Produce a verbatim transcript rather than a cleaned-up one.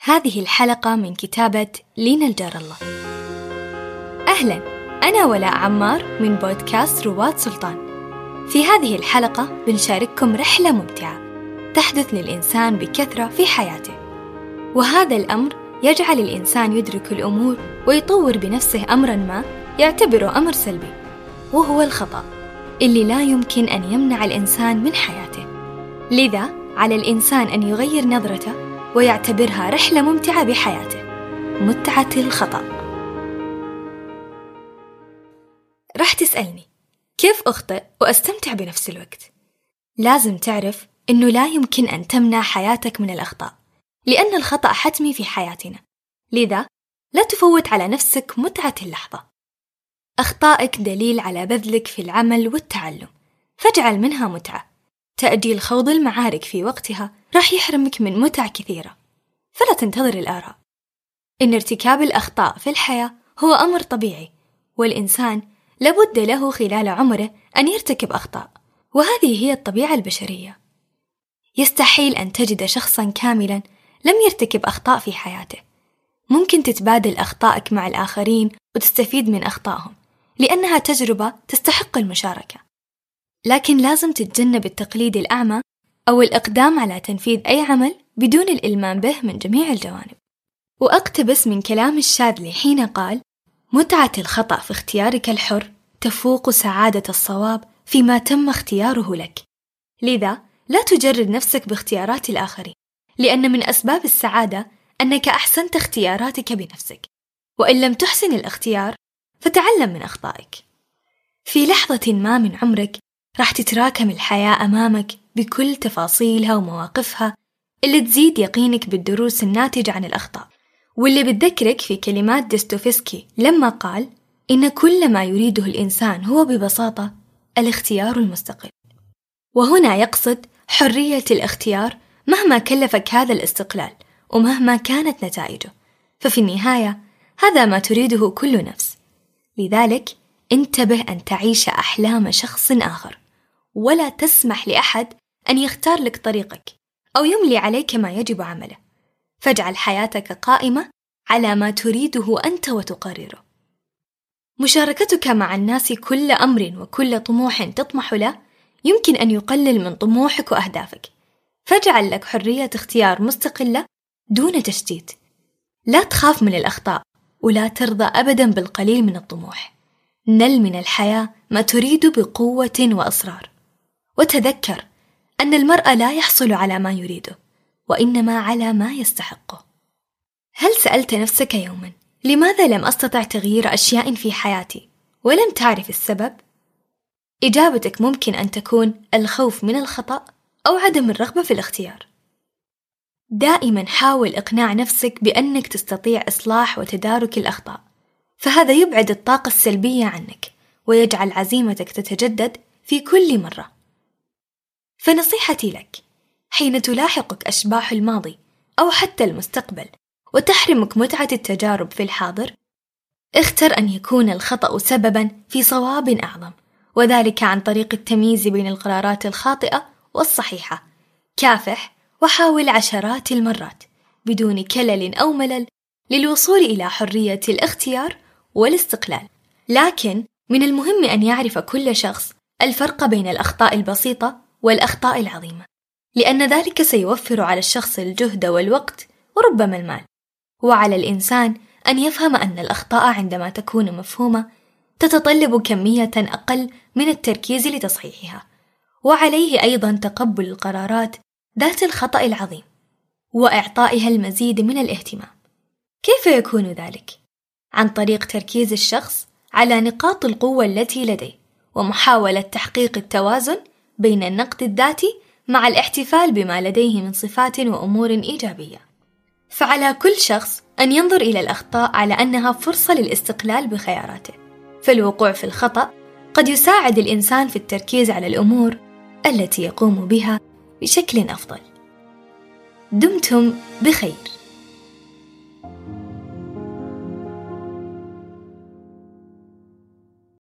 هذه الحلقة من كتابة لينا الجار الله. أهلاً، أنا ولاء عمار من بودكاست رواد سلطان. في هذه الحلقة بنشارككم رحلة ممتعة تحدث للإنسان بكثرة في حياته، وهذا الأمر يجعل الإنسان يدرك الأمور ويطور بنفسه أمراً ما يعتبره أمر سلبي، وهو الخطأ اللي لا يمكن أن يمنع الإنسان من حياته. لذا على الإنسان أن يغير نظرته ويعتبرها رحلة ممتعة بحياته، متعة الخطأ. رح تسألني كيف أخطئ وأستمتع بنفس الوقت؟ لازم تعرف أنه لا يمكن أن تمنع حياتك من الأخطاء، لأن الخطأ حتمي في حياتنا. لذا لا تفوت على نفسك متعة اللحظة. أخطائك دليل على بذلك في العمل والتعلم، فاجعل منها متعة. تأجيل خوض المعارك في وقتها راح يحرمك من متع كثيرة، فلا تنتظر الآراء. إن ارتكاب الأخطاء في الحياة هو أمر طبيعي، والإنسان لابد له خلال عمره أن يرتكب أخطاء، وهذه هي الطبيعة البشرية. يستحيل أن تجد شخصاً كاملاً لم يرتكب أخطاء في حياته. ممكن تتبادل أخطائك مع الآخرين وتستفيد من أخطائهم، لأنها تجربة تستحق المشاركة. لكن لازم تتجنب التقليد الأعمى أو الإقدام على تنفيذ أي عمل بدون الإلمام به من جميع الجوانب. وأقتبس من كلام الشاذلي حين قال: متعة الخطأ في اختيارك الحر تفوق سعادة الصواب فيما تم اختياره لك. لذا لا تجرد نفسك باختيارات الآخرين، لأن من أسباب السعادة أنك أحسنت اختياراتك بنفسك، وإن لم تحسن الاختيار فتعلم من أخطائك. في لحظة ما من عمرك راح تتراكم الحياة أمامك بكل تفاصيلها ومواقفها اللي تزيد يقينك بالدروس الناتجة عن الأخطاء، واللي بتذكرك في كلمات ديستوفسكي لما قال: إن كل ما يريده الإنسان هو ببساطة الاختيار المستقل. وهنا يقصد حرية الاختيار مهما كلفك هذا الاستقلال ومهما كانت نتائجه، ففي النهاية هذا ما تريده كل نفس. لذلك انتبه أن تعيش أحلام شخص آخر، ولا تسمح لأحد أن يختار لك طريقك أو يملي عليك ما يجب عمله، فاجعل حياتك قائمة على ما تريده أنت وتقرره. مشاركتك مع الناس كل أمر وكل طموح تطمح له يمكن أن يقلل من طموحك وأهدافك، فاجعل لك حرية اختيار مستقلة دون تشتيت. لا تخاف من الأخطاء، ولا ترضى أبدا بالقليل من الطموح. نل من الحياة ما تريد بقوة وإصرار، وتذكر أن المرء لا يحصل على ما يريده، وإنما على ما يستحقه. هل سألت نفسك يوما لماذا لم أستطع تغيير أشياء في حياتي ولم تعرف السبب؟ إجابتك ممكن أن تكون الخوف من الخطأ أو عدم الرغبة في الاختيار. دائما حاول إقناع نفسك بأنك تستطيع إصلاح وتدارك الأخطاء، فهذا يبعد الطاقة السلبية عنك ويجعل عزيمتك تتجدد في كل مرة. فنصيحتي لك، حين تلاحقك أشباح الماضي أو حتى المستقبل وتحرمك متعة التجارب في الحاضر، اختر أن يكون الخطأ سببا في صواب أعظم، وذلك عن طريق التمييز بين القرارات الخاطئة والصحيحة. كافح وحاول عشرات المرات بدون كلل أو ملل للوصول إلى حرية الاختيار والاستقلال. لكن من المهم أن يعرف كل شخص الفرق بين الأخطاء البسيطة والأخطاء العظيمة، لأن ذلك سيوفر على الشخص الجهد والوقت وربما المال. وعلى الإنسان أن يفهم أن الأخطاء عندما تكون مفهومة تتطلب كمية أقل من التركيز لتصحيحها، وعليه أيضا تقبل القرارات ذات الخطأ العظيم وإعطائها المزيد من الاهتمام. كيف يكون ذلك؟ عن طريق تركيز الشخص على نقاط القوة التي لديه، ومحاولة تحقيق التوازن بين النقد الذاتي مع الاحتفال بما لديه من صفات وأمور إيجابية. فعلى كل شخص أن ينظر إلى الأخطاء على أنها فرصة للاستقلال بخياراته، فالوقوع في الخطأ قد يساعد الإنسان في التركيز على الأمور التي يقوم بها بشكل أفضل. دمتم بخير.